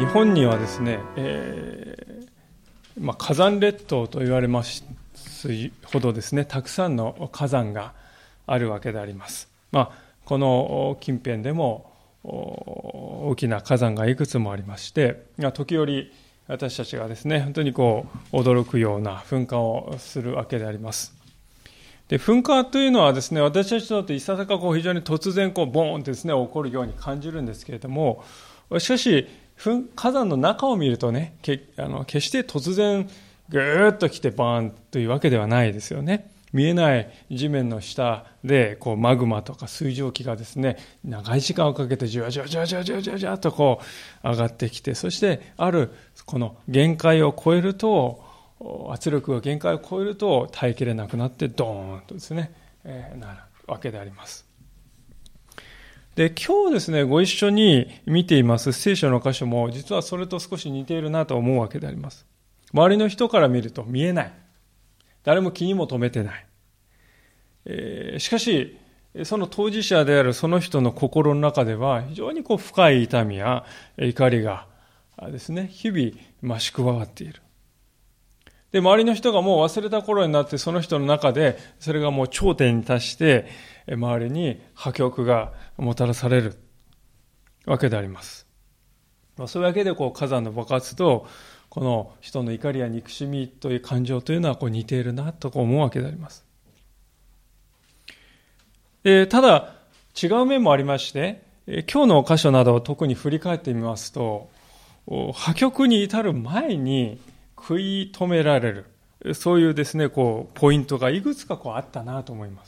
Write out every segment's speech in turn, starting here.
本にはですね、火山列島と言われますほどですね、たくさんの火山があるわけであります。この近辺でも大きな火山がいくつもありまして、時折私たちがですね、本当に驚くような噴火をするわけであります。で、噴火というのはですね、私たちにとっていささか非常に突然ボーンとですね、起こるように感じるんですけれども、しかし火山の中を見るとね、決して突然ぐーっと来てバーンというわけではないですよね。見えない地面の下でマグマとか水蒸気がですね、長い時間をかけてじわじわじわじわじわじわじわと上がってきて、そしてあるこの限界を超えると、圧力が限界を超えると耐えきれなくなってドーンとですね、なるわけであります。で、今日ですね、ご一緒に見ています聖書の箇所も実はそれと少し似ているなと思うわけであります。周りの人から見ると見えない。誰も気にも留めてない。しかし、その当事者であるその人の心の中では非常に深い痛みや怒りがですね、日々増し加わっている。で、周りの人がもう忘れた頃になってその人の中でそれがもう頂点に達して周りに破局がもたらされるわけであります。そういうわけで火山の爆発とこの人の怒りや憎しみという感情というのは似ているなと思うわけであります。ただ違う面もありまして、今日の箇所などを特に振り返ってみますと、破局に至る前に食い止められる、そういうですね、ポイントがいくつかあったなと思います。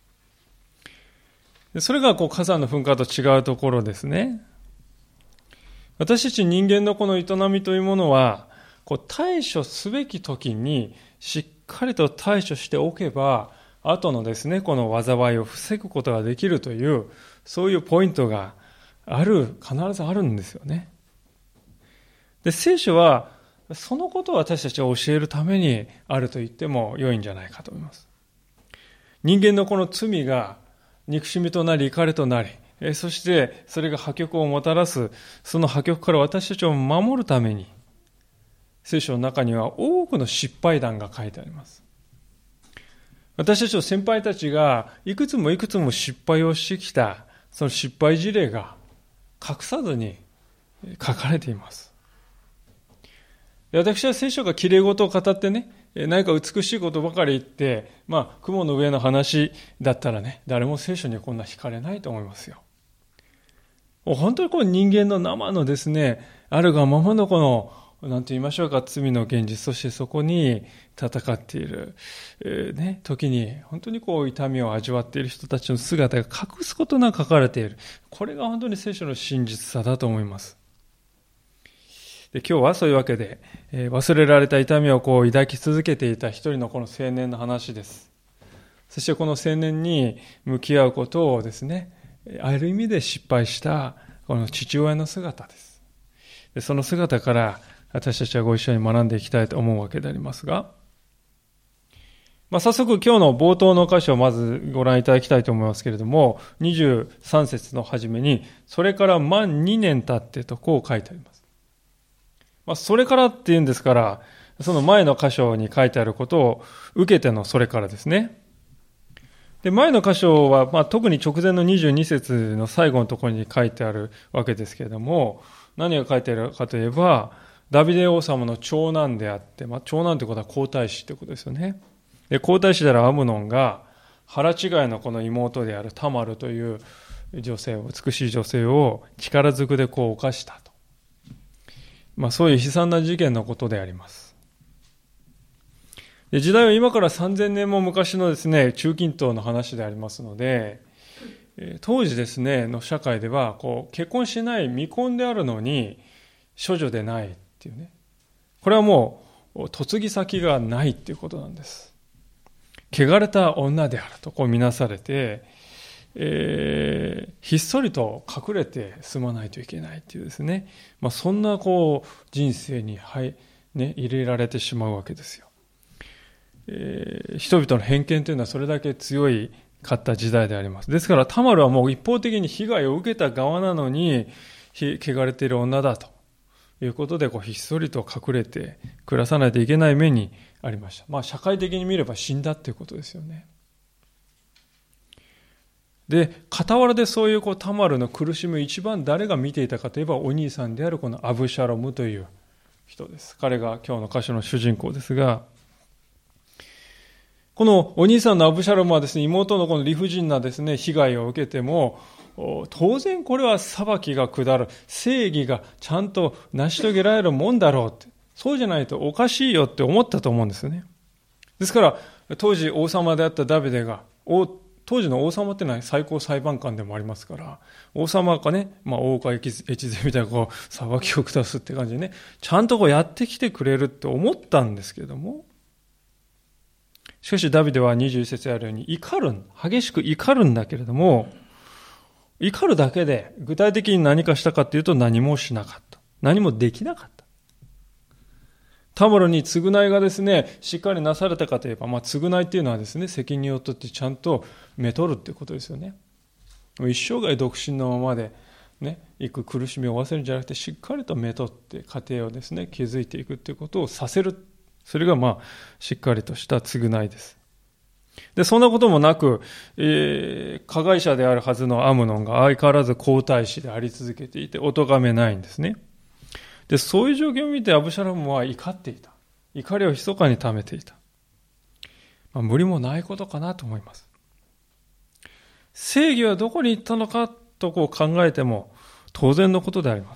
それが火山の噴火と違うところですね。私たち人間のこの営みというものは、対処すべき時にしっかりと対処しておけば、後のですね、この災いを防ぐことができるという、そういうポイントが必ずあるんですよね。で、聖書は、そのことを私たちを教えるためにあると言っても良いんじゃないかと思います。人間のこの罪が憎しみとなり怒りとなり、そしてそれが破局をもたらす、その破局から私たちを守るために、聖書の中には多くの失敗談が書いてあります。私たちの先輩たちがいくつもいくつも失敗をしてきた、その失敗事例が隠さずに書かれています。私は聖書が綺麗事を語ってね、何か美しいことばかり言って、雲の上の話だったらね、誰も聖書にこんな惹かれないと思いますよ。本当に人間の生のですね、あるがままのなんて言いましょうか、罪の現実、そしてそこに戦っている、時に本当に痛みを味わっている人たちの姿が隠すことなく書かれている。これが本当に聖書の真実さだと思います。で、今日はそういうわけで、忘れられた痛みを抱き続けていた一人のこの青年の話です。そしてこの青年に向き合うことをですね、ある意味で失敗したこの父親の姿です。で、その姿から私たちはご一緒に学んでいきたいと思うわけでありますが、早速今日の冒頭の箇所をまずご覧いただきたいと思いますけれども、23節の初めに、それから満2年経ってと書いてあります。それからっていうんですから、その前の箇所に書いてあることを受けてのそれからですね。で、前の箇所は、特に直前の22節の最後のところに書いてあるわけですけれども、何が書いてあるかといえば、ダビデ王様の長男であって、長男ということは皇太子ということですよね。で、皇太子であるアムノンが、腹違いのこの妹であるタマルという女性を、美しい女性を力ずくで犯したと。そういう悲惨な事件のことであります。で、時代は今から3000年も昔のですね、中近東の話でありますので、当時ですね、の社会では、結婚しない未婚であるのに、処女でないっていうね。これはもう、嫁ぎ先がないっていうことなんです。汚れた女であると見なされて、ひっそりと隠れて住まないといけないっていうですね、そんな人生に、入れられてしまうわけですよ。人々の偏見というのはそれだけ強かった時代であります。ですからタマルはもう一方的に被害を受けた側なのに、汚れている女だということでひっそりと隠れて暮らさないといけない面にありました。社会的に見れば死んだということですよね。で、傍らでそういうタマルの苦しみを一番誰が見ていたかといえば、お兄さんであるこのアブシャロムという人です。彼が今日の箇所の主人公ですが、このお兄さんのアブシャロムはですね、妹のこの理不尽なですね、被害を受けても、当然これは裁きが下る、正義がちゃんと成し遂げられるもんだろうって、そうじゃないとおかしいよって思ったと思うんですよね。ですから、当時王様であったダビデが、当時の王様ってのは最高裁判官でもありますから、王様がね、大岡越前みたいな裁きを下すって感じでね、ちゃんとやってきてくれるって思ったんですけれども、しかしダビデは21節にあるように激しく怒るんだけれども、怒るだけで具体的に何かしたかというと何もしなかった。何もできなかった。タマルに償いがですね、しっかりなされたかといえば、償いっていうのはですね、責任を取ってちゃんとめとるっていうことですよね。一生涯独身のままでね、行く苦しみを負わせるんじゃなくて、しっかりとめとって家庭をですね、築いていくっていうことをさせる。それがしっかりとした償いです。で、そんなこともなく、加害者であるはずのアムノンが相変わらず皇太子であり続けていて、お咎めないんですね。で、そういう状況を見てアブシャロムは怒っていた。怒りを密かに溜めていた。無理もないことかなと思います。正義はどこに行ったのかと考えても当然のことであります。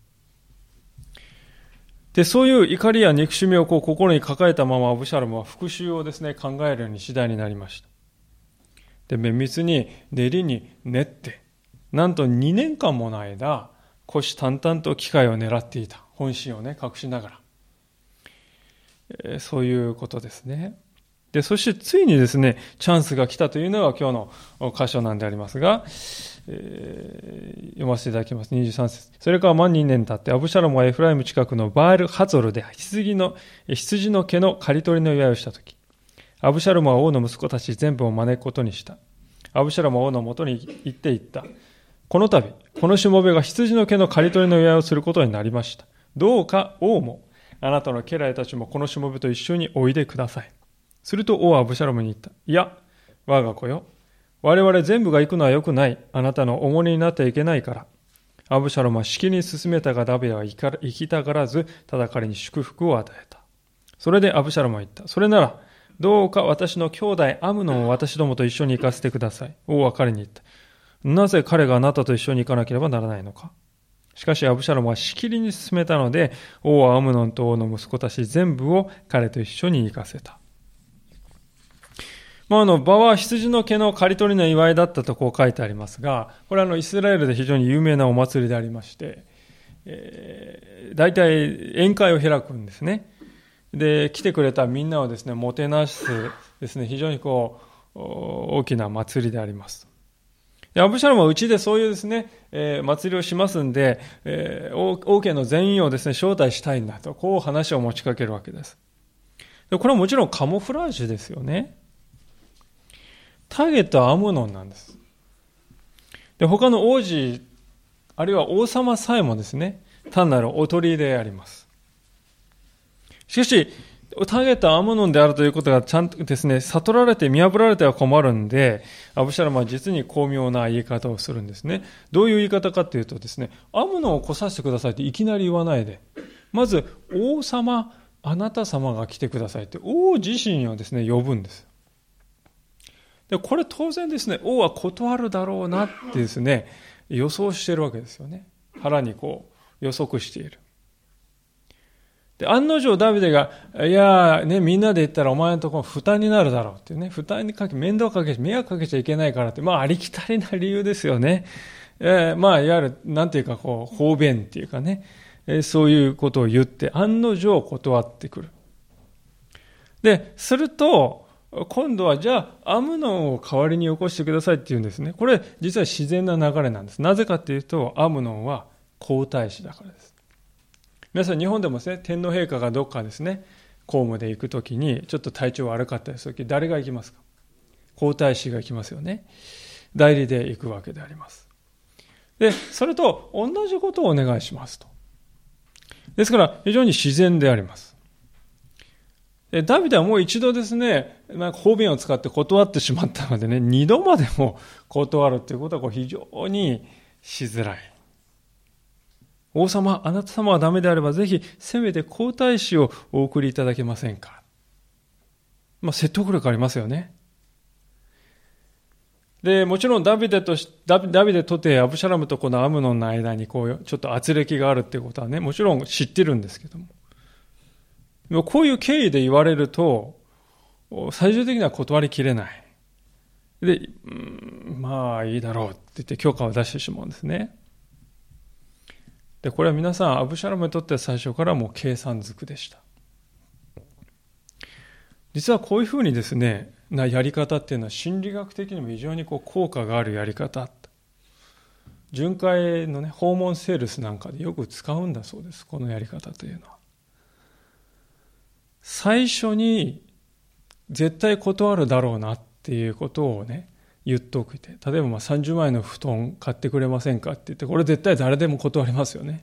で、そういう怒りや憎しみを心に抱えたままアブシャロムは復讐をですね、考えるように次第になりました。で、綿密に練りに練って、なんと2年間もの間、虎視眈々と機会を狙っていた。本心をね、隠しながら。そういうことですね。で、そしてついにですね、チャンスが来たというのが今日の箇所なんでありますが、読ませていただきます。23節。それから2年経って、アブシャロムはエフライム近くのバールハゾルで羊の毛の刈り取りの祝いをしたとき、アブシャロムは王の息子たち全部を招くことにした。アブシャロムは王のもとに行っていった。この度、このしもべが羊の毛の刈り取りの祝いをすることになりました。どうか王も、あなたの家来たちもこのしもべと一緒においでください。すると王はアブシャロムに言った。いや、我が子よ。我々全部が行くのは良くない。あなたの重荷になってはいけないから。アブシャロムはしきりに進めたがダビデは行きたがらず、ただ彼に祝福を与えた。それでアブシャロムは言った。それなら、どうか私の兄弟アムノンを私どもと一緒に行かせてください。王は彼に言った。なぜ彼があなたと一緒に行かなければならないのか。しかしアブシャロムはしきりに進めたので、王はアムノンと王の息子たち全部を彼と一緒に行かせた。場は羊の毛の刈り取りの祝いだったと書いてありますが、これはイスラエルで非常に有名なお祭りでありまして、大体宴会を開くんですね。で、来てくれたみんなをですね、もてなすですね、非常に大きな祭りであります。で、アブシャロムはうちでそういうですね、祭りをしますんで、王家の全員をですね、招待したいんだと、話を持ちかけるわけです。で、これはもちろんカモフラージュですよね。ターゲットはアムノンなんです。で、他の王子、あるいは王様さえもですね、単なるおとりであります。しかし、ターゲットはアムノンであるということがちゃんとですね、悟られて見破られては困るんで、アブシャロムは実に巧妙な言い方をするんですね。どういう言い方かというとですね、アムノンを来させてくださいっていきなり言わないで、まず、王様、あなた様が来てくださいって王自身をですね、呼ぶんです。で、これ当然ですね、王は断るだろうなってですね、予想しているわけですよね。腹に予測している。で、案の定ダビデが、いやね、みんなで言ったらお前のところ負担になるだろうっていうね、負担にかけ、面倒かけ、迷惑かけちゃいけないからって、ありきたりな理由ですよね。いわゆる、なんていうか、方便っていうかね、そういうことを言って、案の定断ってくる。で、すると、今度はじゃあアムノンを代わりに起こしてくださいって言うんですね。これ実は自然な流れなんです。なぜかというとアムノンは皇太子だからです。皆さん日本でもですね、天皇陛下がどっかですね、公務で行くときにちょっと体調悪かったりするとき誰が行きますか？皇太子が行きますよね。代理で行くわけであります。で、それと同じことをお願いしますと。 ですから非常に自然であります。ダビデはもう一度ですね、方便を使って断ってしまったのでね、二度までも断るということは非常にしづらい。王様、あなた様がダメであれば、ぜひせめて皇太子をお送りいただけませんか。説得力ありますよね。で、もちろんダビデとてアブシャロムとこのアムノンの間にちょっと圧力があるっていうことはね、もちろん知ってるんですけども。こういう経緯で言われると、最終的には断りきれない。で、まあいいだろうって言って許可を出してしまうんですね。で、これは皆さん、アブシャロムにとっては最初からもう計算づくでした。実はこういうふうにですね、やり方っていうのは心理学的にも非常に効果があるやり方。巡回のね、訪問セールスなんかでよく使うんだそうです。このやり方というのは。最初に絶対断るだろうなっていうことをね、言っておくて。例えば30万円の布団買ってくれませんかって言って、これ絶対誰でも断りますよね。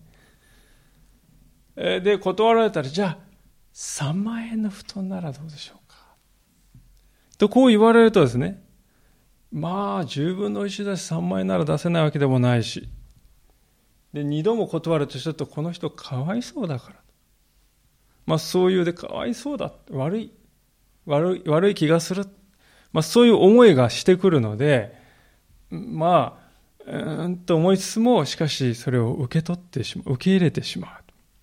で、断られたら、じゃあ3万円の布団ならどうでしょうか。とこう言われるとですね、10分の1だし3万円なら出せないわけでもないし。で、2度も断るとちょっとこの人かわいそうだから。そういうでかわいそうだ。悪い気がする。そういう思いがしてくるので、と思いつつも、しかしそれを受け入れてしま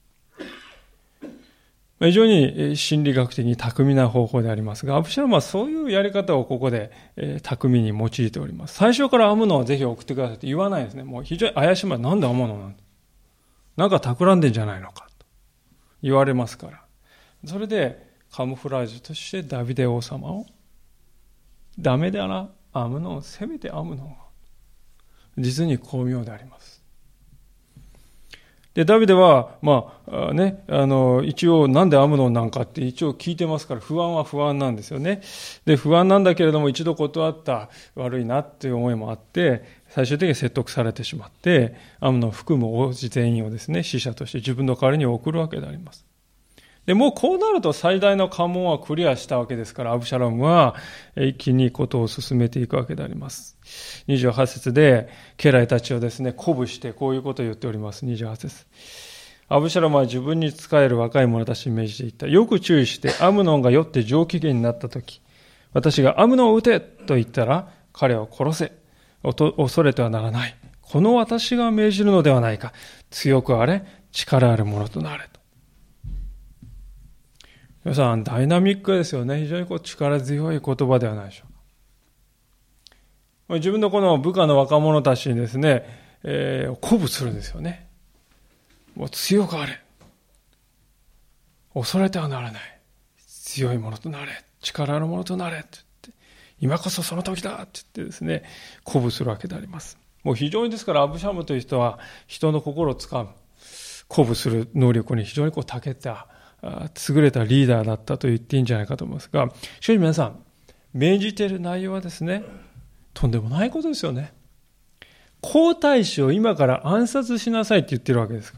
う。非常に心理学的に巧みな方法でありますが、アブシャロムはそういうやり方をここで巧みに用いております。最初からアムノンをぜひ送ってくださいって言わないんですね。もう非常に怪しまれ、なんでアムノンなんだ、なんか企んでんじゃないのかと言われますから。それでカムフラージュとしてダビデ王様を、ダメだな、アムノン、せめてアムノン。実に巧妙であります。で、ダビデは、一応なんでアムノンなんかって一応聞いてますから、不安は不安なんですよね。で、不安なんだけれども一度断った悪いなっていう思いもあって、最終的に説得されてしまって、アムノンを含む王子全員をですね、死者として自分の代わりに送るわけであります。で、もうこうなると最大の関門はクリアしたわけですから、アブシャロムは一気にことを進めていくわけであります。28節で、家来たちをですね、鼓舞してこういうことを言っております。28節。アブシャロムは自分に仕える若い者たちに命じていった。よく注意して、アムノンが酔って上機嫌になったとき、私がアムノンを撃てと言ったら、彼を殺せ。恐れてはならない。この私が命じるのではないか。強くあれ、力ある者となれ。皆さん、ダイナミックですよね。非常に力強い言葉ではないでしょうか。自分のこの部下の若者たちにですね、鼓舞するんですよね。もう強くあれ。恐れてはならない。強い者となれ。力ある者となれ。って言って、今こそその時だって言ってですね、鼓舞するわけであります。もう非常にですからアブシャムという人は人の心をつかむ、鼓舞する能力に非常に長けた、優れたリーダーだったと言っていいんじゃないかと思いますが、しかし皆さん、命じている内容はですね、とんでもないことですよね。皇太子を今から暗殺しなさいって言ってるわけですから。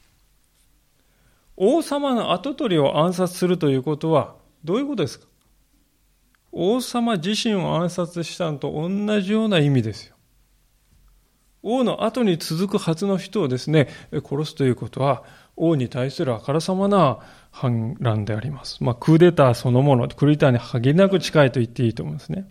王様の跡取りを暗殺するということはどういうことですか？王様自身を暗殺したのと同じような意味ですよ。王の後に続くはずの人をですね、殺すということは、王に対するあからさまな反乱であります。クーデターそのもの、クーデターに限りなく近いと言っていいと思うんですね。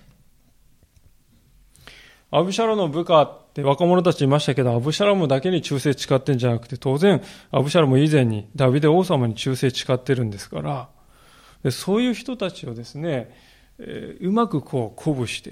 アブシャロムの部下って若者たちいましたけど、アブシャロムだけに忠誠誓ってんじゃなくて、当然、アブシャロム以前にダビデ王様に忠誠誓ってるんですから、でそういう人たちをですね、うまく鼓舞して、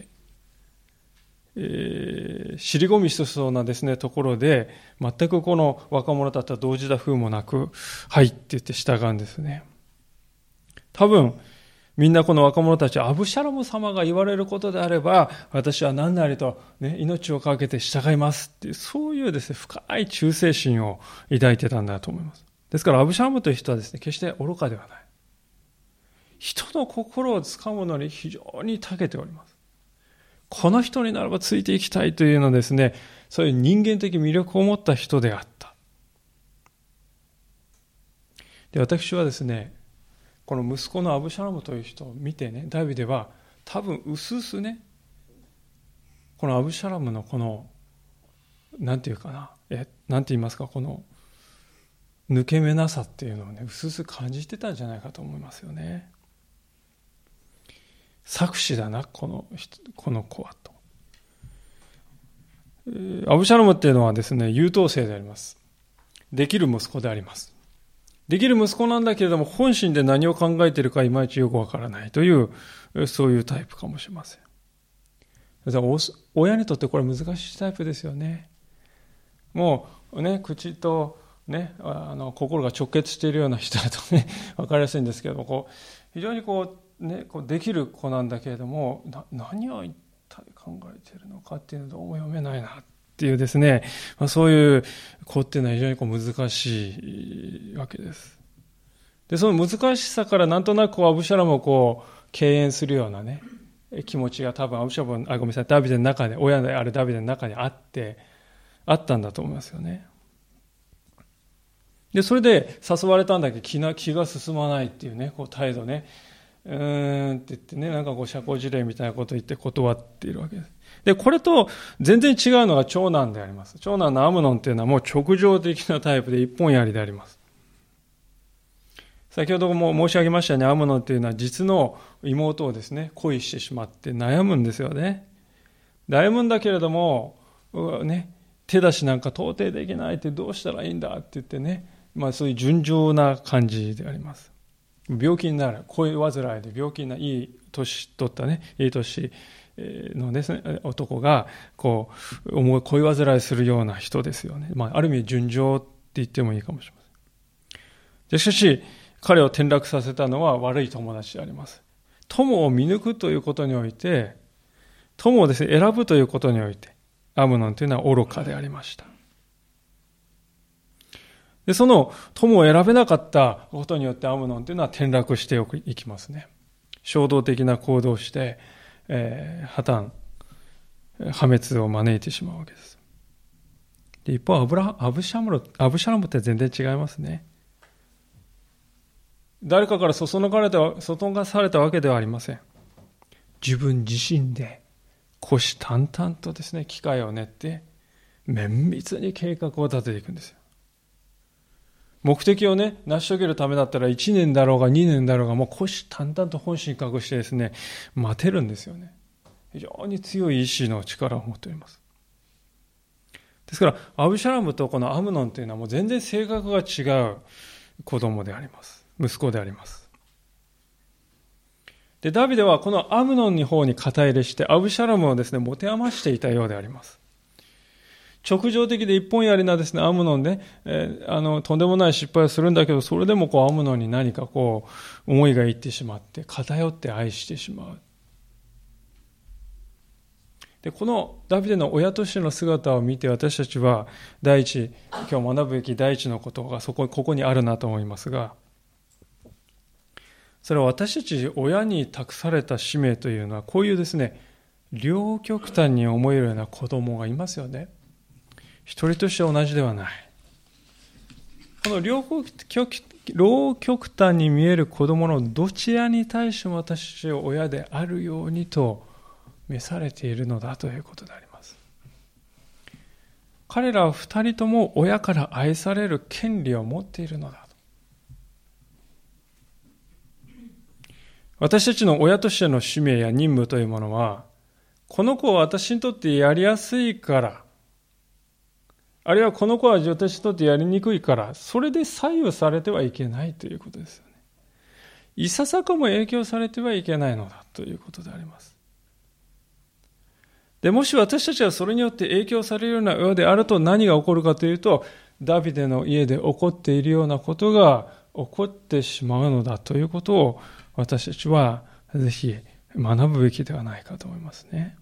尻込みしそうなですね、ところで、全くこの若者たちは動じた風もなく、はいって言って従うんですね。多分、みんなこの若者たちはアブシャロム様が言われることであれば、私は何なりと、ね、命を懸けて従いますっていう、そういうですね、深い忠誠心を抱いてたんだと思います。ですからアブシャロムという人はですね、決して愚かではない。人の心をつかむのに非常に長けております。この人にならばついていきたいというのはですね、そういう人間的魅力を持った人であった。 で、私はですね、この息子のアブシャロムという人を見てね、ダビデは多分薄々ね、このアブシャロムのこのなんていうかな、なんて言いますか、この抜け目なさっていうのをね、薄々感じてたんじゃないかと思いますよね。策士だな、この子はと。アブシャロムっていうのはですね、優等生であります。できる息子であります。できる息子なんだけれども、本心で何を考えているかいまいちよくわからないという、そういうタイプかもしれません。親にとってこれ難しいタイプですよね。もうね、口とね、心が直結しているような人だとね、わかりやすいんですけども、非常にできる子なんだけれども、何を一体考えているのかっていうのどうも読めないなっていうですね、そういう子っていうのは非常に難しいわけです。で、その難しさからなんとなくアブシャロムを敬遠するようなね、気持ちが多分ごめんなさい、ダビデの中で、親であるダビデの中にあったんだと思いますよね。で、それで誘われたんだけど気が進まないっていうね、態度ね。って言ってね、なんか社交辞令みたいなことを言って断っているわけです。で、これと全然違うのが長男であります。長男のアムノンっていうのはもう直情的なタイプで一本槍であります。先ほども申し上げましたように、アムノンっていうのは実の妹をですね、恋してしまって悩むんですよね。悩むんだけれども、ね、手出しなんか到底できないってどうしたらいいんだって言ってね、そういう純情な感じであります。病気になる、恋煩いで病気になる、いい年取ったね、いい年のですね、男が恋煩いするような人ですよね。ある意味純情って言ってもいいかもしれません。しかし、彼を転落させたのは悪い友達であります。友を見抜くということにおいて、友をですね、選ぶということにおいて、アムノンというのは愚かでありました。で、その友を選べなかったことによってアムノンというのは転落していきますね。衝動的な行動をして、破滅を招いてしまうわけです。で、一方、アブシャロムって全然違いますね。誰かからそそのかされたわけではありません。自分自身で虎視眈々とですね、機会を練って綿密に計画を立てていくんですよ。目的をね、成し遂げるためだったら1年だろうが2年だろうが、もう虎視眈々と本心隠してですね、待てるんですよね。非常に強い意志の力を持っております。ですから、アブシャロムとこのアムノンというのはもう全然性格が違う子供であります。息子であります。で、ダビデはこのアムノンの方に肩入れして、アブシャロムをですね、持て余していたようであります。直情的で一本槍なですね、アムノンで、とんでもない失敗をするんだけど、それでもアムノンに何か思いがいってしまって、偏って愛してしまう。で、このダビデの親としての姿を見て、私たちは今日学ぶべき第一のことがここにあるなと思いますが、それは私たち親に託された使命というのは、こういうですね、両極端に思えるような子供がいますよね。一人として同じではない。この両極端に見える子供のどちらに対しても私たちは親であるようにと召されているのだということであります。彼らは二人とも親から愛される権利を持っているのだと。私たちの親としての使命や任務というものは、この子は私にとってやりやすいから、あるいはこの子は私にとってやりにくいから、それで左右されてはいけないということですよね。いささかも影響されてはいけないのだということであります。で、もし私たちはそれによって影響されるような親であると何が起こるかというと、ダビデの家で起こっているようなことが起こってしまうのだということを私たちはぜひ学ぶべきではないかと思いますね。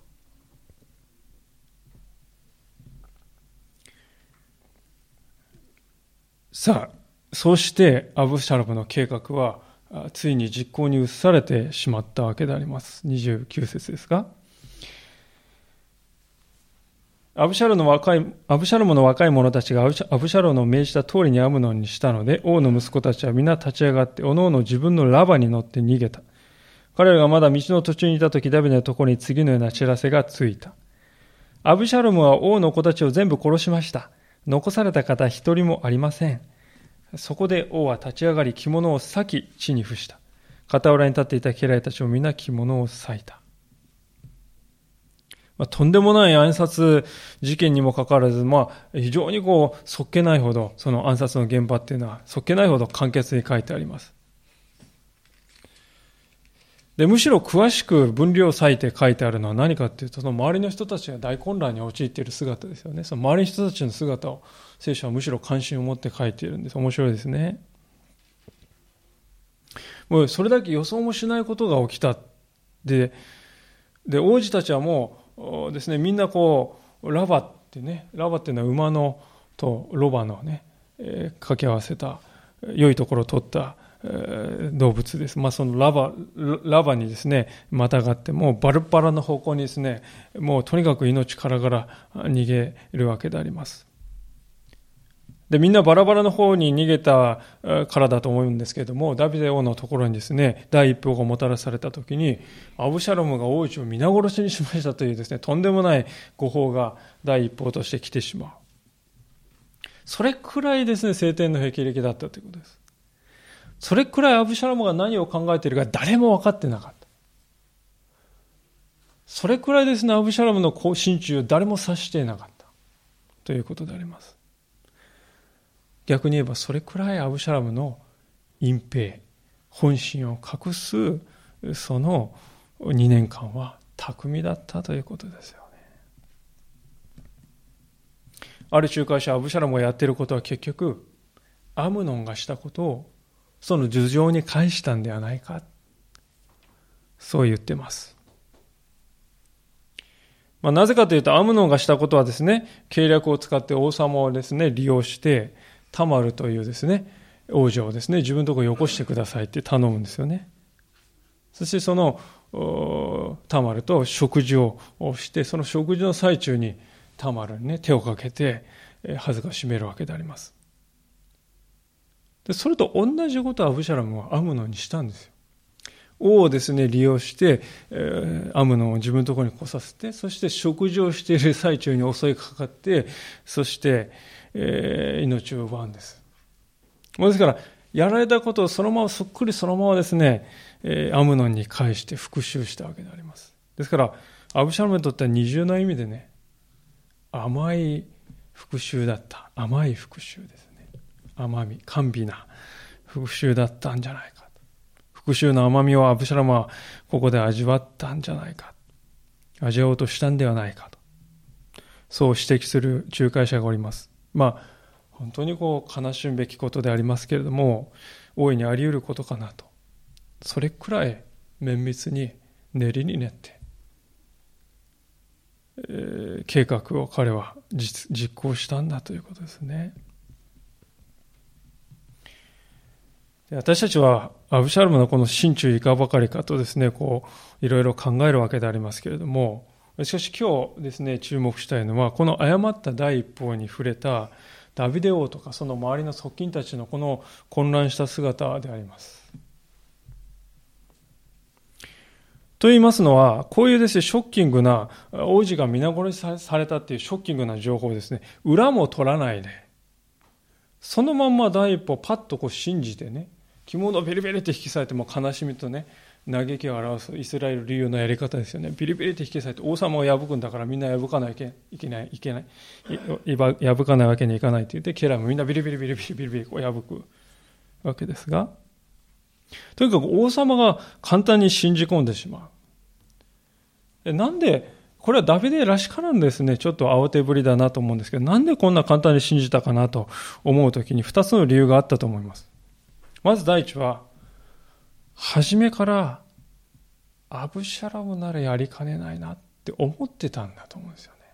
さあ、そうしてアブシャロムの計画はついに実行に移されてしまったわけであります。29節ですが、 アブシャロムの若い者たちがアブシャロムの命じた通りにアムノンにしたので、王の息子たちは皆立ち上がって、おのおの自分のラバに乗って逃げた。彼らがまだ道の途中にいたとき、ダビデのところに次のような知らせがついた。アブシャロムは王の子たちを全部殺しました。残された方一人もありません。そこで王は立ち上がり、着物を裂き地に伏した。傍らに立っていた家来たちも皆着物を裂いた。とんでもない暗殺事件にもかかわらず、非常にそっけないほど、その暗殺の現場っていうのは、そっけないほど簡潔に書いてあります。で、むしろ詳しく分量を割いて書いてあるのは何かっていうと、その周りの人たちが大混乱に陥っている姿ですよね。その周りの人たちの姿を、聖書はむしろ関心を持って書いているんです。面白いですね。もうそれだけ予想もしないことが起きた。で、王子たちはもうですね、みんなラバっていうのは馬のとロバのね、掛け合わせた良いところを取った動物です。そのラバにですね、またがって、もうバルバラの方向にですね、もうとにかく命からがら逃げるわけであります。で、みんなバラバラの方に逃げたからだと思うんですけれども、ダビデ王のところにですね、第一報がもたらされたときに、アブシャロムが王子を皆殺しにしましたというですね、とんでもない誤報が第一報として来てしまう。それくらいですね、聖天の霹靂だったということです。それくらいアブシャロムが何を考えているか誰も分かってなかった。それくらいですね、アブシャロムの心中を誰も察していなかったということであります。逆に言えばそれくらいアブシャロムの隠蔽、本心を隠すその2年間は巧みだったということですよね。ある仲介者アブシャロムがやっていることは結局アムノンがしたことをその頭上に返したんではないか、そう言ってます。なぜかというと、アムノンがしたことはですね、計略を使って王様をですね利用してタマルというですね王女をですね自分のところによこしてくださいって頼むんですよね。そしてそのタマルと食事をして、その食事の最中にタマルにね手をかけて恥ずかしめるわけであります。でそれと同じことをアブシャロムはアムノンにしたんですよ。王をですね利用して、アムノンを自分のところに来させて、そして食事をしている最中に襲いかかって、そして命を奪うんです。ですからやられたことをそっくりそのままですね、アムノンに返して復讐したわけであります。ですからアブシャロムにとっては二重な意味でね、甘い復讐だった。甘い復讐ですね。甘美な復讐だったんじゃないか。復讐の甘みをアブシャロムはここで味わったんじゃないか。味わおうとしたんではないかと。そう指摘する仲介者がおります。本当に悲しむべきことでありますけれども、大いにあり得ることかなと。それくらい綿密に練りに練って、計画を彼は実行したんだということですね。私たちはアブシャロムのこの心中いかばかりかとですね、いろいろ考えるわけでありますけれども、しかし今日ですね、注目したいのは、この誤った第一報に触れたダビデ王とかその周りの側近たちのこの混乱した姿であります。と言いますのは、こういうですね、ショッキングな、王子が皆殺しされたっていうショッキングな情報をですね、裏も取らないで、そのまんま第一歩パッと信じてね、着物をベリベリって引き裂いて、も悲しみとね、嘆きを表すイスラエル流のやり方ですよね。ビリビリって引き裂いて、王様を破くんだからみんな破かないといけない。破かないわけにいかないと言って、家来もみんなビリビリ破くわけですが、とにかく王様が簡単に信じ込んでしまう。なんで、これはダビデらしからんですね、ちょっと慌てぶりだなと思うんですけど、なんでこんな簡単に信じたかなと思うときに2つの理由があったと思います。まず第一は、初めからアブシャロムならやりかねないなって思ってたんだと思うんですよね。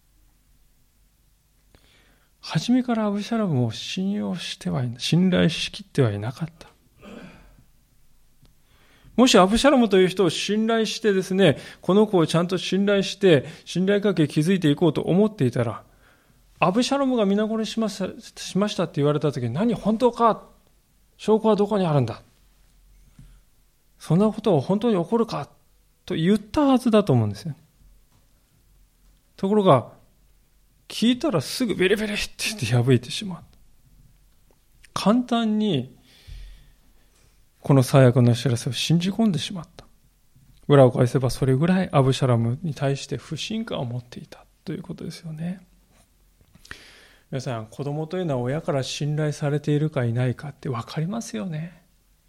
初めからアブシャロムを信頼しきってはいなかった。 もしアブシャロムという人を信頼してですね、この子をちゃんと信頼して、信頼関係を築いていこうと思っていたら、アブシャロムが皆殺ししましたって言われたときに、何、本当か、証拠はどこにあるんだ、そんなことを本当に起こるかと言ったはずだと思うんですよ。ところが、聞いたらすぐベリベリって言って破いてしまう。簡単にこの最悪の知らせを信じ込んでしまった。裏を返せばそれぐらいアブシャロムに対して不信感を持っていたということですよね。皆さん、子供というのは親から信頼されているかいないかって分かりますよね。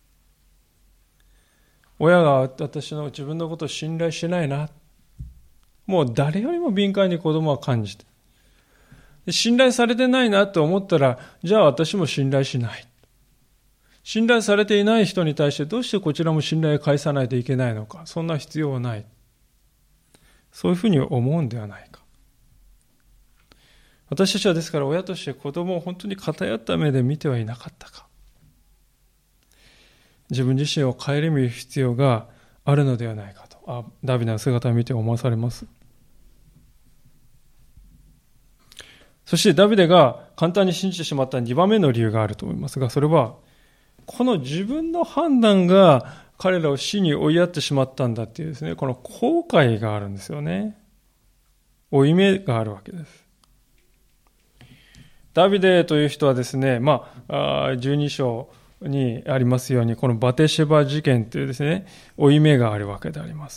親が自分のことを信頼してないな、もう誰よりも敏感に子供は感じて、信頼されてないなと思ったら、じゃあ私も信頼しない。信頼されていない人に対してどうしてこちらも信頼を返さないといけないのか。そんな必要はない。そういうふうに思うんではないか。私たちはですから親として子供を本当に偏った目で見てはいなかったか。自分自身を顧みる必要があるのではないかと、ダビデの姿を見て思わされます。そしてダビデが簡単に信じてしまった2番目の理由があると思いますが、それはこの自分の判断が彼らを死に追いやってしまったんだっていうですね、この後悔があるんですよね。負い目があるわけです。ダビデという人はですね、12章にありますように、このバテシェバ事件というですね、負い目があるわけであります。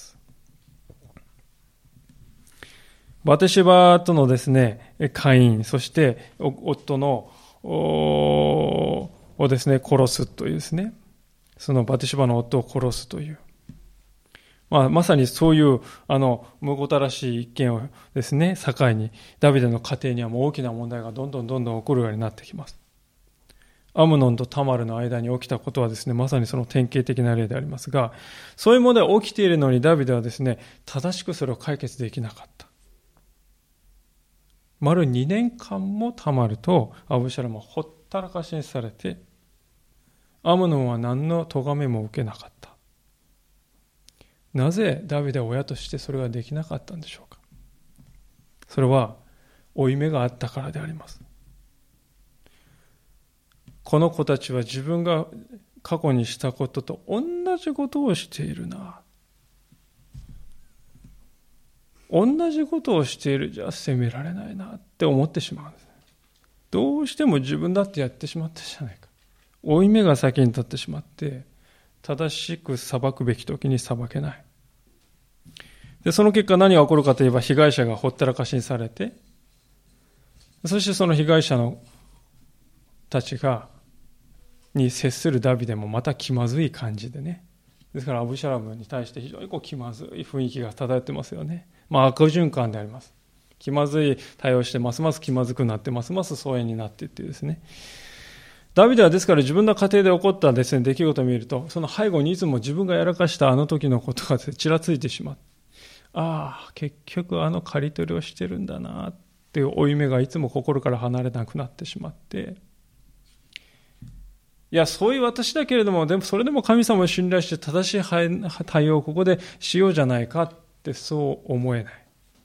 バテシェバとのですね、姦淫、そして夫のをですね、殺すというですね、そのバテシェバの夫を殺すという、まさにそういうむごたらしい一件をですね、境にダビデの家庭にはもう大きな問題がどんどん起こるようになってきます。アムノンとタマルの間に起きたことはですね、まさにその典型的な例でありますが、そういう問題が起きているのにダビデはですね、正しくそれを解決できなかった。丸2年間もタマルとアブシャロムはほったらかしにされて、アムノンは何の咎めも受けなかった。なぜダビデは親としてそれができなかったんでしょうか。それは負い目があったからであります。この子たちは自分が過去にしたことと同じことをしているな。同じことをしている、じゃあ責められないなって思ってしまうんです。どうしても自分だってやってしまったじゃないか。負い目が先に立ってしまって、正しく裁くべき時に裁けない。で、その結果何が起こるかといえば、被害者がほったらかしにされて、そしてその被害者のたちに接するダビデもまた気まずい感じでね。ですからアブシャロムに対して非常に気まずい雰囲気が漂ってますよね。悪循環であります。気まずい対応してますます気まずくなってますます疎遠になっていってですね。ダビデはですから自分の家庭で起こったですね、出来事を見ると、その背後にいつも自分がやらかしたあの時のことがちらついてしまう。結局刈り取りをしてるんだなっていう負い目がいつも心から離れなくなってしまって、そういう私だけれども、でもそれでも神様を信頼して正しい対応をここでしようじゃないかってそう思えない。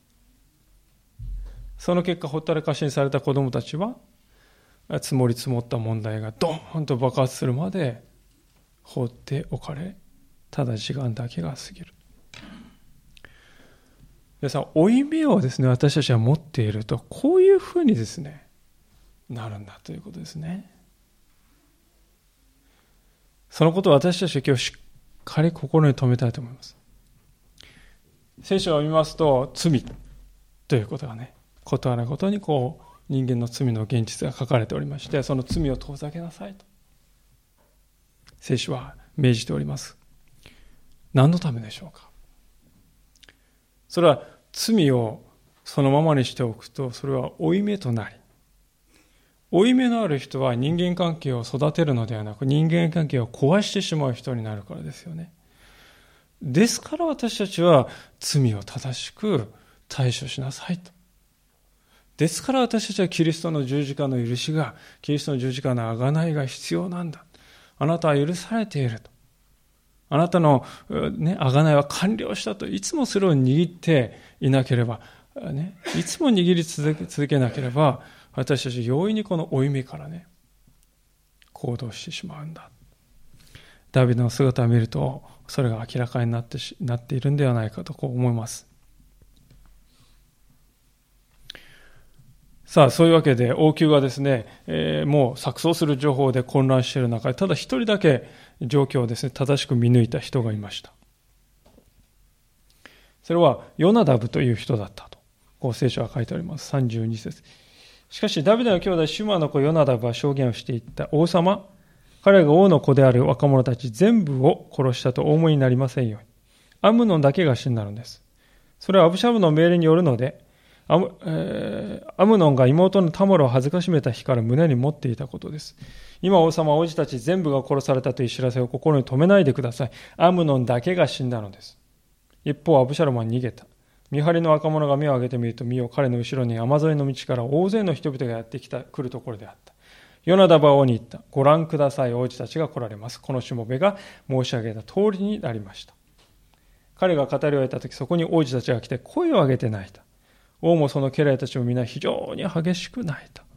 その結果、ほったらかしにされた子供たちは、積もり積もった問題がドーンと爆発するまで放っておかれ、ただ時間だけが過ぎる。皆さん、負い目をですね、私たちは持っていると、こういうふうにですね、なるんだということですね。そのことを私たちは今日しっかり心に留めたいと思います。聖書を見ますと、罪ということがね、ことあるごとに人間の罪の現実が書かれておりまして、その罪を遠ざけなさいと聖書は命じております。何のためでしょうか。それは罪をそのままにしておくと、それは負い目となり、負い目のある人は人間関係を育てるのではなく、人間関係を壊してしまう人になるからですよね。ですから私たちは罪を正しく対処しなさいと。ですから私たちはキリストの十字架の許しが、キリストの十字架の贖いが必要なんだ。あなたは許されていると。 あなたの贖いは完了したといつもそれを握っていなければ、いつも握り続けなければ、私たち容易にこの負い目から行動してしまうんだ。ダビデの姿を見ると、それが明らかになっているんではないかと思います。さあ、そういうわけで王宮がですね、もう錯綜する情報で混乱している中で、ただ一人だけ状況をですね、正しく見抜いた人がいました。それはヨナダブという人だったと、聖書は書いてあります。32節。しかしダビデの兄弟シュマの子ヨナダブは証言をしていった。王様、彼が王の子である若者たち全部を殺したとお思いになりませんように。アムノンだけが死んだのです。それはアブシャロムの命令によるので、アムノンが妹のタマルを恥ずかしめた日から胸に持っていたことです。今王様は王子たち全部が殺されたという知らせを心に留めないでください。アムノンだけが死んだのです。一方アブシャロムは逃げた。見張りの若者が目を上げてみると、見よ彼の後ろに山沿いの道から大勢の人々がやって来るところであった。ヨナダブは王に言った。ご覧ください、王子たちが来られます。このしもべが申し上げた通りになりました。彼が語り終えたとき、そこに王子たちが来て声を上げて泣いた。王もその家来たちも皆非常に激しく泣いた。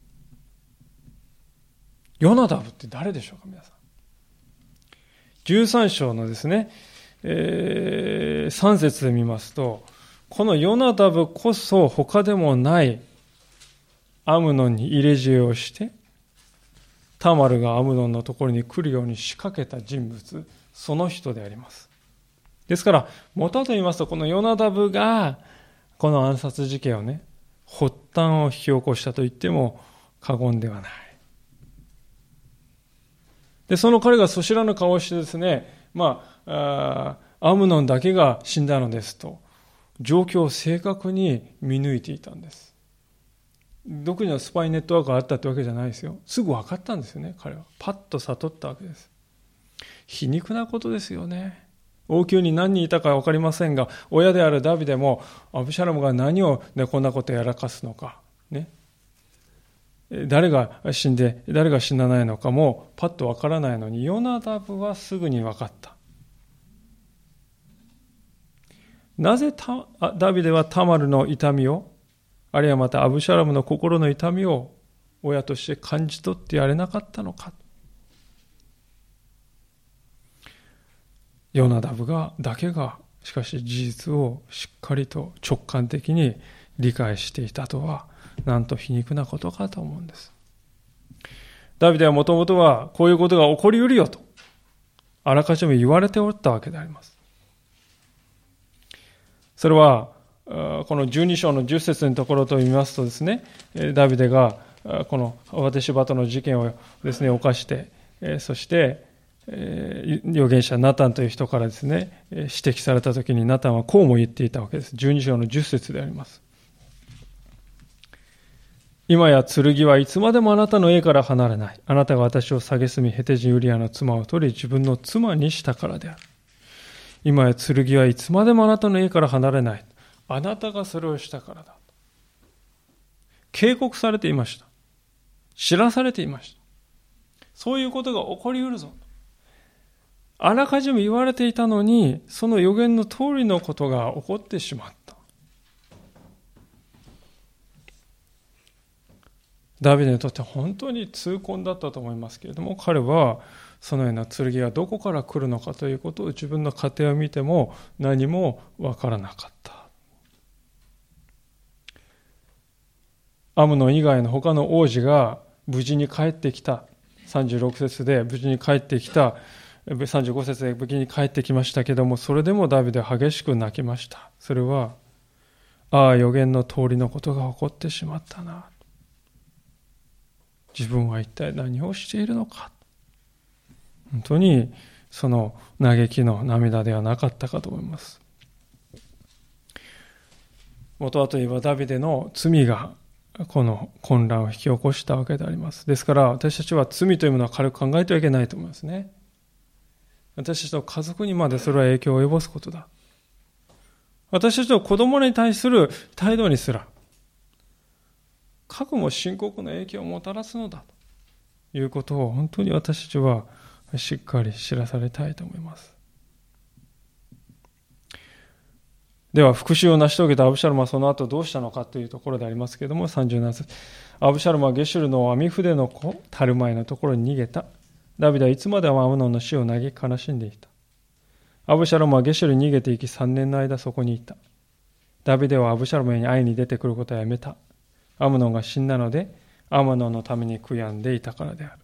ヨナダブって誰でしょうか、皆さん。13章のですね、3節で見ますと、このヨナダブこそ他でもないアムノンに入れ知恵をして、タマルがアムノンのところに来るように仕掛けた人物、その人であります。ですから、元と言いますと、このヨナダブが、この暗殺事件を発端を引き起こしたと言っても過言ではない。で、その彼がそしらぬ顔をしてですね、アムノンだけが死んだのですと、状況を正確に見抜いていたんです。独自のスパイネットワークがあったってわけじゃないですよ。すぐ分かったんですよね、彼は。パッと悟ったわけです。皮肉なことですよね。王宮に何人いたか分かりませんが、親であるダビデもアブシャロムが何を、こんなことやらかすのか、誰が死んで誰が死なないのかもパッと分からないのに、ヨナダブはすぐに分かった。なぜダビデはタマルの痛みを、あるいはまたアブシャロムの心の痛みを親として感じ取ってやれなかったのか。ヨナダブだけがしかし事実をしっかりと直感的に理解していたとは、なんと皮肉なことかと思うんです。ダビデはもともとはこういうことが起こりうるよとあらかじめ言われておったわけであります。それはこの12章の10節のところと見ますとですね、ダビデがこのアバテシバとの事件をですね犯して、そして預言者ナタンという人からですね指摘されたときに、ナタンはこうも言っていたわけです。12章の10節であります。今や剣はいつまでもあなたの家から離れない。あなたが私を蔑みヘテ人ウリアの妻を取り自分の妻にしたからである。今や剣はいつまでもあなたの家から離れない。あなたがそれをしたからだ。警告されていました。知らされていました。そういうことが起こりうるぞ。あらかじめ言われていたのに、その予言の通りのことが起こってしまった。ダビデにとって本当に痛恨だったと思いますけれども、彼はそのような剣がどこから来るのかということを自分の家庭を見ても何もわからなかった。アムノン以外の他の王子が無事に帰ってきた。36節で無事に帰ってきた。35節で無事に帰ってきましたけれども、それでもダビデは激しく泣きました。それは、予言の通りのことが起こってしまったな。自分は一体何をしているのか。本当にその嘆きの涙ではなかったかと思います。元はといえばダビデの罪がこの混乱を引き起こしたわけであります。ですから私たちは罪というものは軽く考えてはいけないと思いますね。私たちの家族にまでそれは影響を及ぼすことだ。私たちの子供に対する態度にすらかくも深刻な影響をもたらすのだということを本当に私たちはしっかり知らされたいと思います。 では復讐を成し遂げたアブシャロムはその後どうしたのかというところでありますけれども、37節。アブシャロムはゲシュルの網筆の子タルマエのところに逃げた。ダビデはいつまでもアムノンの死を嘆き悲しんでいた。アブシャロムはゲシュルに逃げていき3年の間そこにいた。ダビデはアブシャロムに会いに出てくることはやめた。アムノンが死んだので、アムノンのために悔やんでいたからである。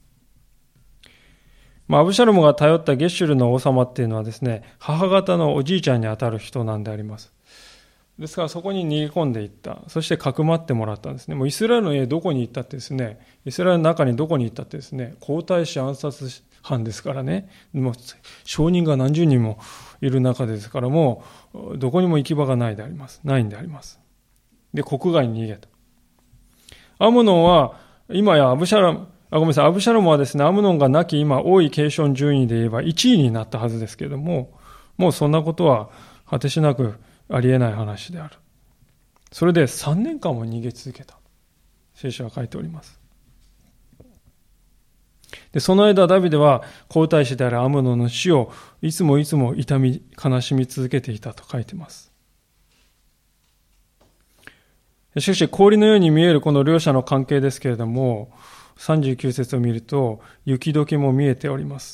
アブシャロムが頼ったゲシュルの王様っていうのはですね、母方のおじいちゃんにあたる人なんであります。ですからそこに逃げ込んでいった。そしてかくまってもらったんですね。もうイスラエルの家どこに行ったってですね、イスラエルの中にどこに行ったってですね、皇太子暗殺犯ですからね、もう証人が何十人もいる中ですから、もうどこにも行き場がないんであります。で、国外に逃げた。アムノンは今やアブシャロムはですね、アムノンが亡き今、王位継承順位で言えば1位になったはずですけれども、もうそんなことは果てしなくありえない話である。それで3年間も逃げ続けた。聖書は書いております。で、その間、ダビデは皇太子であるアムノンの死をいつも痛み、悲しみ続けていたと書いています。しかし、氷のように見えるこの両者の関係ですけれども、39節を見ると、雪解けも見えております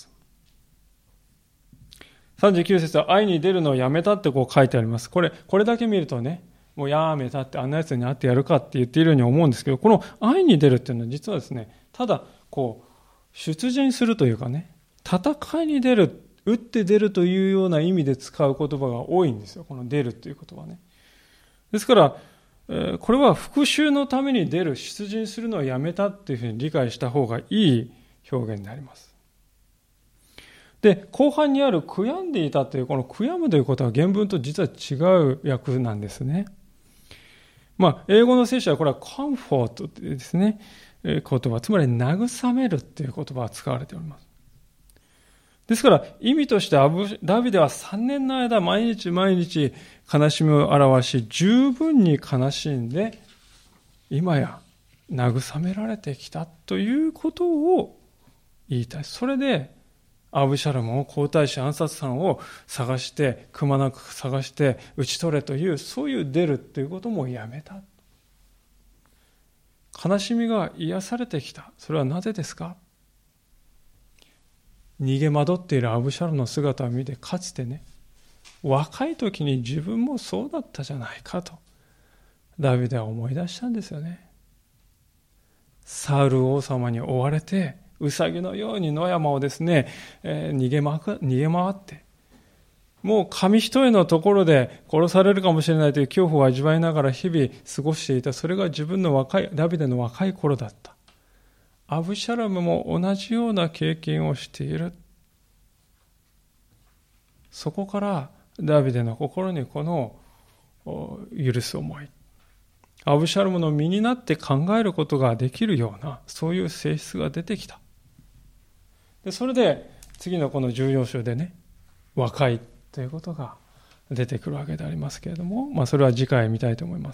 。39節は、愛に出るのをやめたってこう書いてあります。これだけ見るとね、もうやめたって、あんなやつに会ってやるかって言っているように思うんですけど、この愛に出るっていうのは実はですね、ただ、出陣するというかね、戦いに出る、打って出るというような意味で使う言葉が多いんですよ。この出るという言葉ね。ですから、これは復讐のために出る、出陣するのをやめたっていうふうに理解した方がいい表現であります。で、後半にある悔やんでいたという、この悔やむということは原文と実は違う訳なんですね。英語の聖書はこれはコンフォートというですね、言葉、つまり慰めるという言葉が使われております。ですから意味としてダビデは3年の間毎日悲しみを表し、十分に悲しんで今や慰められてきたということを言いたい。それでアブシャロムを皇太子暗殺犯を探してくまなく探して討ち取れという、そういう出るということもやめた。悲しみが癒されてきた。それはなぜですか？逃げ惑っているアブシャロムの姿を見て、かつてね、若い時に自分もそうだったじゃないかとダビデは思い出したんですよね。サウル王様に追われてウサギのように野山をですね、逃げ回ってもう紙一重のところで殺されるかもしれないという恐怖を味わいながら日々過ごしていた。それが自分のダビデの若い頃だった。アブシャロムも同じような経験をしている。そこからダビデの心にこの許す思い、アブシャロムの身になって考えることができるような、そういう性質が出てきた。でそれで次のこの14章でね、和解ということが出てくるわけでありますけれども、それは次回見たいと思います。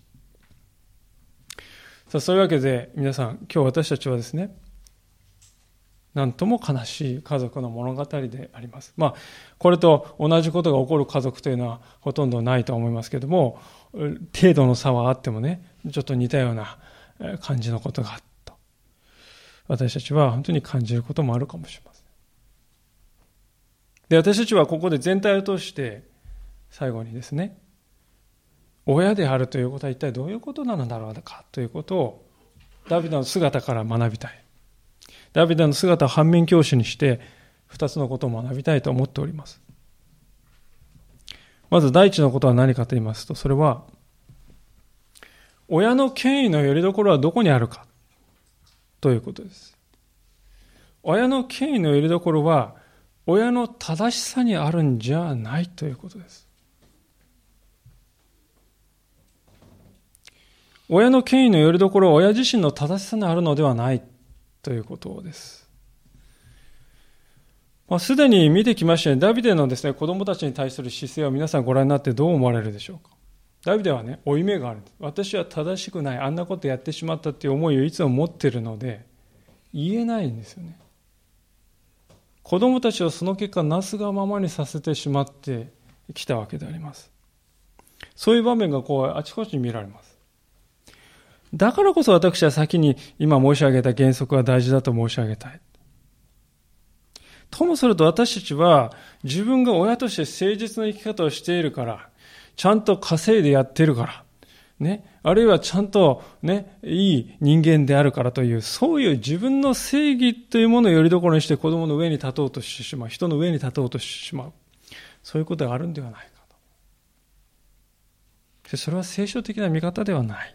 さあ、そういうわけで皆さん、今日私たちはですね、なんとも悲しい家族の物語であります。これと同じことが起こる家族というのはほとんどないと思いますけれども、程度の差はあってもね、ちょっと似たような感じのことがあった。私たちは本当に感じることもあるかもしれません。で、私たちはここで全体を通して最後にですね、親であるということは一体どういうことなのだろうかということをダビデの姿から学びたい。ダビデの姿を反面教師にして2つのことを学びたいと思っております。まず第一のことは何かと言いますと、それは親の権威の拠り所はどこにあるかということです。親の権威の拠り所は親の正しさにあるんじゃないということです。親の権威の拠り所は親自身の正しさにあるのではないということです。すでに見てきましたように、ダビデのですね、子供たちに対する姿勢を皆さんご覧になってどう思われるでしょうか。ダビデはね、負い目があるんです。私は正しくない、あんなことやってしまったっていう思いをいつも持っているので、言えないんですよね。子供たちをその結果、なすがままにさせてしまってきたわけであります。 そういう場面があちこちに見られます。だからこそ私は先に今申し上げた原則は大事だと申し上げたい。ともすると私たちは自分が親として誠実な生き方をしているから、ちゃんと稼いでやってるから、ね、あるいはちゃんとね、いい人間であるからという、そういう自分の正義というものをよりどころにして子供の上に立とうとしてしまう、人の上に立とうとしてしまう。そういうことがあるんではないかと。それは聖書的な見方ではない。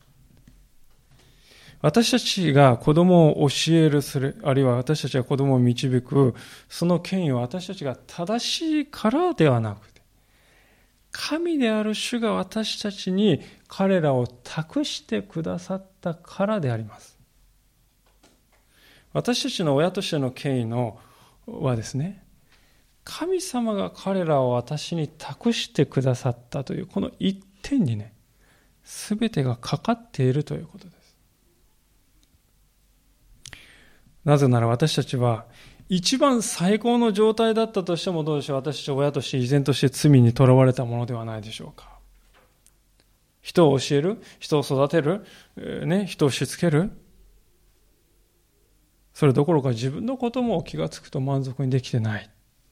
私たちが子供を教えるする、あるいは私たちが子供を導く、その権威は私たちが正しいからではなくて、神である主が私たちに彼らを託してくださったからであります。私たちの親としての権威はですね、神様が彼らを私に託してくださったというこの一点にね、すべてがかかっているということです。なぜなら私たちは一番最高の状態だったとしてもどうでしょう、私たちは親として依然として罪にとらわれたものではないでしょうか。人を教える、人を育てる、人をしつける、それどころか自分のことも気がつくと満足にできてない。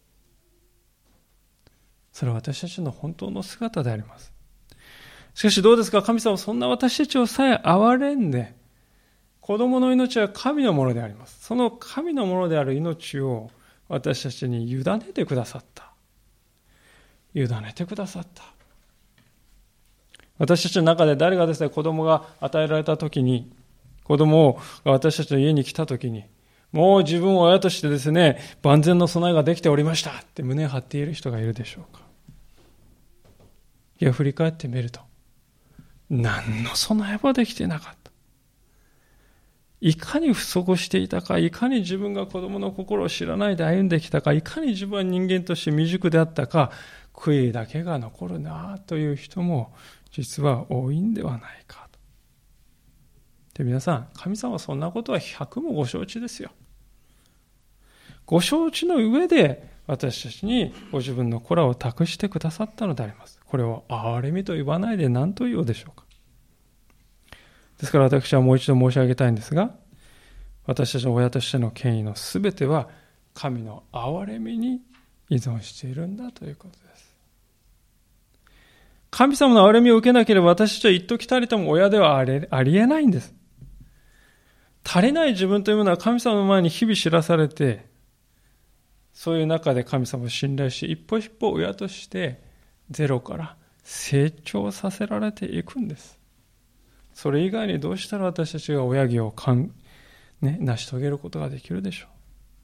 それは私たちの本当の姿であります。しかしどうですか、神様はそんな私たちをさえ憐れんで、子供の命は神のものであります。その神のものである命を私たちに委ねてくださった。委ねてくださった。私たちの中で誰がですね、子供が与えられたときに、子供が私たちの家に来たときに、もう自分を親としてですね、万全の備えができておりましたって胸を張っている人がいるでしょうか。いや、振り返ってみると、何の備えもできていなかった。いかに不足していたか、いかに自分が子供の心を知らないで歩んできたか、いかに自分は人間として未熟であったか、悔いだけが残るなという人も実は多いんではないかと。で、皆さん、神様はそんなことは100もご承知ですよ。ご承知の上で私たちにご自分の子らを託してくださったのであります。これを憐れみと言わないで何と言うでしょうか。ですから私はもう一度申し上げたいんですが、私たちの親としての権威のすべては神の憐れみに依存しているんだということです。神様の憐れみを受けなければ私たちは一時たりとも親ではありえないんです。足りない自分というものは神様の前に日々知らされて、そういう中で神様を信頼し、一歩一歩親としてゼロから成長させられていくんです。それ以外にどうしたら私たちが親義を成し遂げることができるでしょう。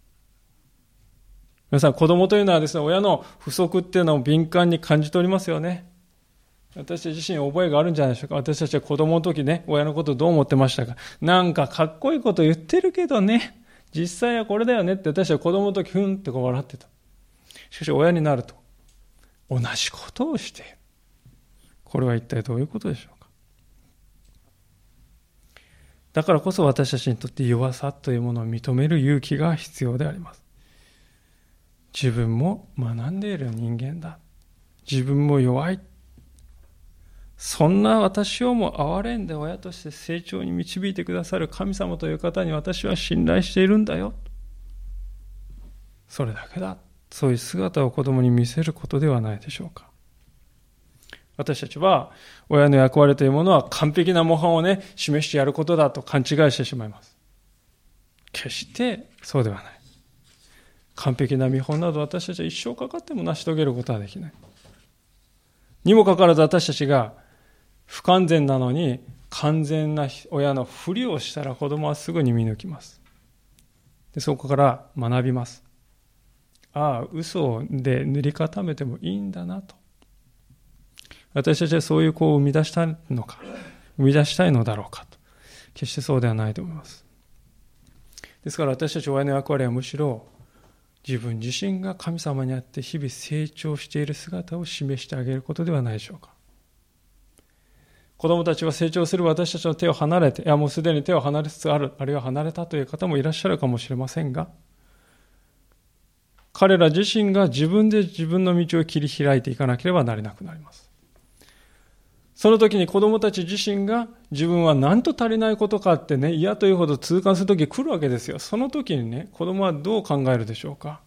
皆さん、子供というのはですね、親の不足っていうのを敏感に感じておりますよね。私たち自身覚えがあるんじゃないでしょうか。私たちは子供の時ね、親のことどう思ってましたか。なんかかっこいいこと言ってるけどね、実際はこれだよねって私は子供の時ふんって笑ってた。しかし親になると同じことをしている。これは一体どういうことでしょうか。だからこそ私たちにとって弱さというものを認める勇気が必要であります。自分も学んでいる人間だ。自分も弱い。そんな私をも憐れんで親として成長に導いてくださる神様という方に私は信頼しているんだよ。それだけだ。そういう姿を子供に見せることではないでしょうか。私たちは親の役割というものは完璧な模範をね、示してやることだと勘違いしてしまいます。決してそうではない。完璧な見本など私たちは一生かかっても成し遂げることはできない。にもかかわらず私たちが不完全なのに完全な親のふりをしたら子供はすぐに見抜きます。で、そこから学びます。ああ、嘘で塗り固めてもいいんだなと。私たちはそういう子を生み出したいのか、生み出したいのだろうかと。決してそうではないと思います。ですから私たち親の役割はむしろ自分自身が神様にあって日々成長している姿を示してあげることではないでしょうか。子供たちは成長する私たちの手を離れて、いやもうすでに手を離れつつある、あるいは離れたという方もいらっしゃるかもしれませんが、彼ら自身が自分で自分の道を切り開いていかなければなれなくなります。 その時に子供たち自身が自分は何と足りないことかってね、嫌というほど痛感する時来るわけですよ。その時にね、子供はどう考えるでしょうか。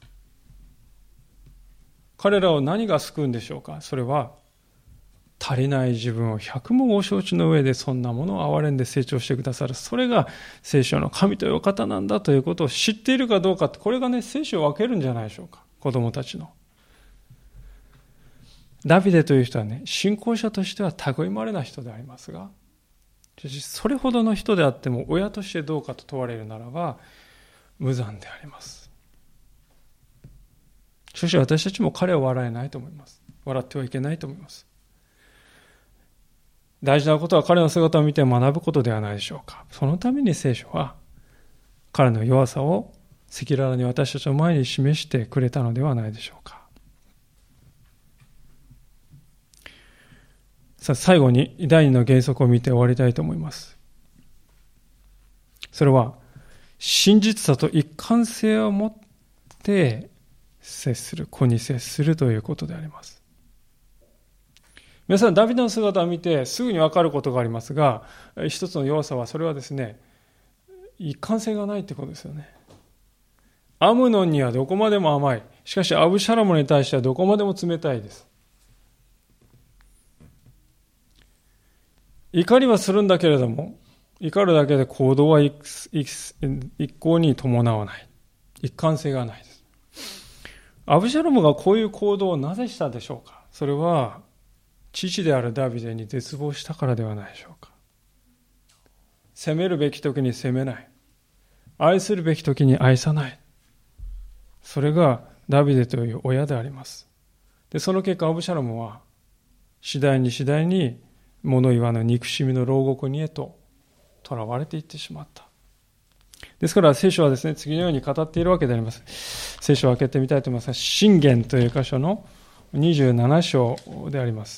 彼らを何が救うんでしょうか。それは、足りない自分を百もご承知の上でそんなものを憐れんで成長してくださる。それが聖書の神というお方なんだということを知っているかどうかって、これがね、聖書を分けるんじゃないでしょうか。子供たちの。ダビデという人はね、信仰者としては類まれな人でありますが、それほどの人であっても親としてどうかと問われるならば、無残であります。しかし私たちも彼を笑えないと思います。笑ってはいけないと思います。大事なことは彼の姿を見て学ぶことではないでしょうか。そのために聖書は彼の弱さを赤裸々に私たちの前に示してくれたのではないでしょうか。さあ、最後に第二の原則を見て終わりたいと思います。それは真実さと一貫性を持って接する、子に接するということであります。皆さん、ダビデの姿を見てすぐに分かることがありますが、一つの要素はそれはですね、一貫性がないということですよね。アムノンにはどこまでも甘い。しかしアブシャロムに対してはどこまでも冷たいです。怒りはするんだけれども、怒るだけで行動は一向に伴わない。一貫性がないです。アブシャロムがこういう行動をなぜしたでしょうか。それは父であるダビデに絶望したからではないでしょうか。責めるべき時に責めない。愛するべき時に愛さない。それがダビデという親であります。で、その結果アブシャロムは次第に物言わぬ憎しみの牢獄にへと囚われていってしまった。ですから聖書はですね、次のように語っているわけであります。聖書を開けてみたいと思いますが、箴言という箇所の27章であります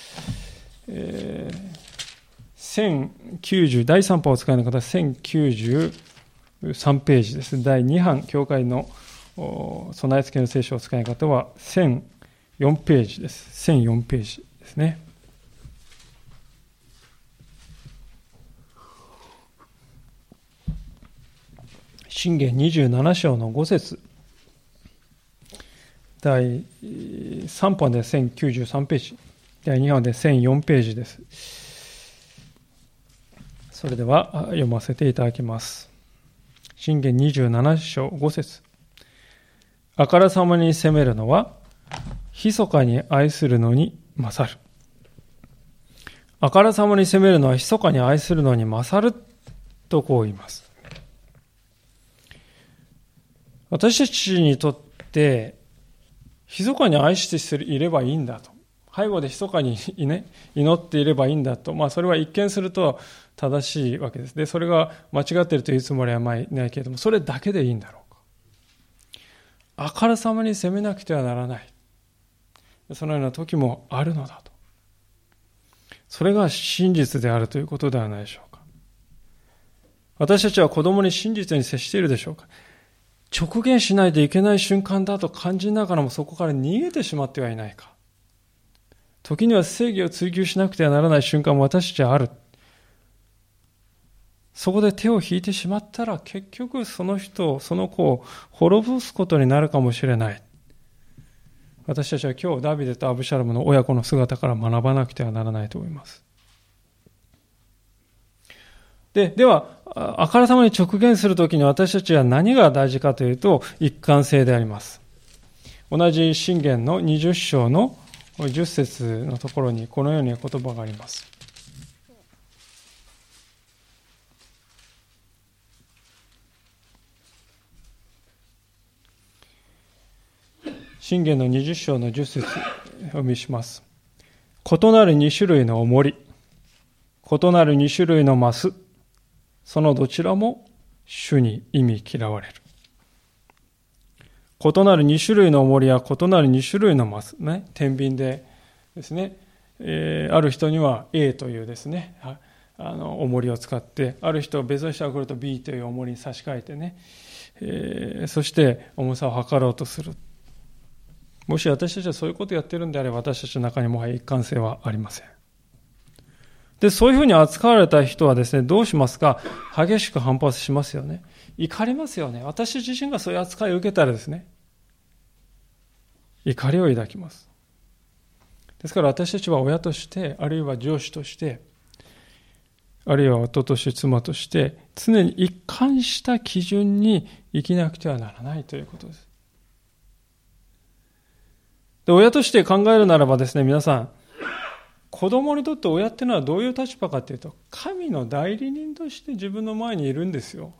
。1090、第3波をお使いの方、1093ページです。第2版、教会の備え付けの聖書をお使いの方は1004ページです。1004ページですね。箴言27章の5節、第3版で1093ページ、第2版で1004ページです。それでは読ませていただきます。箴言27章5節、あからさまに責めるのは密かに愛するのに勝る。あからさまに責めるのは密かに愛するのに勝るとこう言います。私たちにとって密かに愛していればいいんだと、背後で密かに、祈っていればいいんだと、それは一見すると正しいわけです。で、それが間違っているというつもりはないけれども、それだけでいいんだろうか。あからさまに責めなくてはならない。そのような時もあるのだと。それが真実であるということではないでしょうか。私たちは子供に真実に接しているでしょうか。直言しないといけない瞬間だと感じながらもそこから逃げてしまってはいないか。時には正義を追求しなくてはならない瞬間も私たちはある。そこで手を引いてしまったら結局その人、その子を滅ぼすことになるかもしれない。私たちは今日ダビデとアブシャロムの親子の姿から学ばなくてはならないと思います。では、あからさまに直言するときに私たちは何が大事かというと、一貫性であります。同じ箴言の20章の10節のところにこのような言葉があります。箴言の20章の10節お読みします。異なる2種類の重り、異なる2種類のマス、そのどちらも主に忌み嫌われる。異なる2種類の重りや異なる2種類のマス、ね、天秤でですね、ある人には A というですね、重りを使って、ある人、別の人が来ると B という重りに差し替えてね、そして重さを測ろうとする。もし私たちはそういうことをやっているんであれば、私たちの中にもはや一貫性はありません。 で、そういうふうに扱われた人はですね、どうしますか？激しく反発しますよね。怒りますよね。私自身がそういう扱いを受けたらですね、怒りを抱きます。ですから私たちは親として、あるいは上司として、あるいは夫として妻として、常に一貫した基準に生きなくてはならないということです。で、親として考えるならばですね、皆さん、子供にとって親っていうのはどういう立場かというと、神の代理人として自分の前にいるんですよ。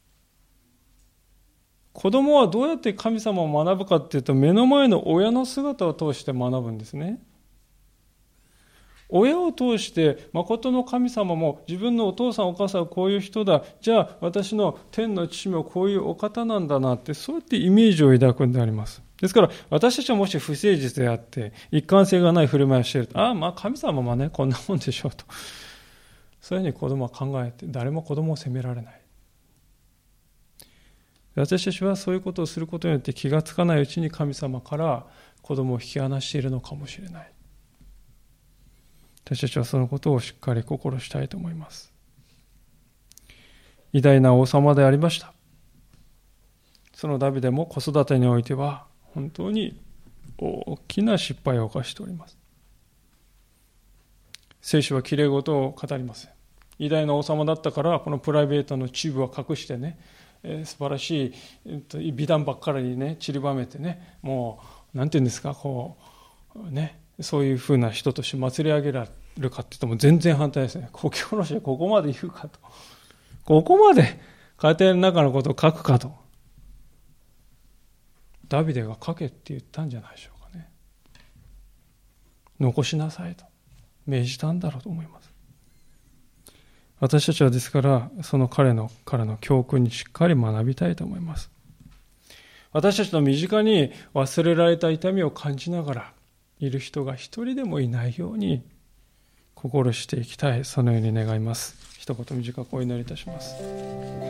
子供はどうやって神様を学ぶかっていうと、目の前の親の姿を通して学ぶんですね。親を通して、誠の神様も自分のお父さんお母さんはこういう人だ。じゃあ私の天の父もこういうお方なんだなって、そうやってイメージを抱くんであります。ですから私たちはもし不誠実であって一貫性がない振る舞いをしていると、神様もねこんなもんでしょうと、そういうふうに子供は考えて、誰も子供を責められない。私たちはそういうことをすることによって気がつかないうちに神様から子供を引き離しているのかもしれない。私たちはそのことをしっかり心したいと思います。偉大な王様でありました。そのダビデも子育てにおいては本当に大きな失敗を犯しております。聖書はきれい事を語りません。偉大な王様だったからこのプライベートの一部は隠してね、素晴らしい美談ばっかりにね散りばめてね、もうなんていうんですか、こうね、そういうふうな人として祭り上げられるかって言っても全然反対ですね。こき下ろしでここまで言うかと、ここまで家庭の中のことを書くかと、ダビデが書けって言ったんじゃないでしょうかね。残しなさいと命じたんだろうと思います。私たちはですからその彼からの教訓にしっかり学びたいと思います。私たちの身近に忘れられた痛みを感じながらいる人が一人でもいないように心していきたい、そのように願います。一言短くお祈りいたします。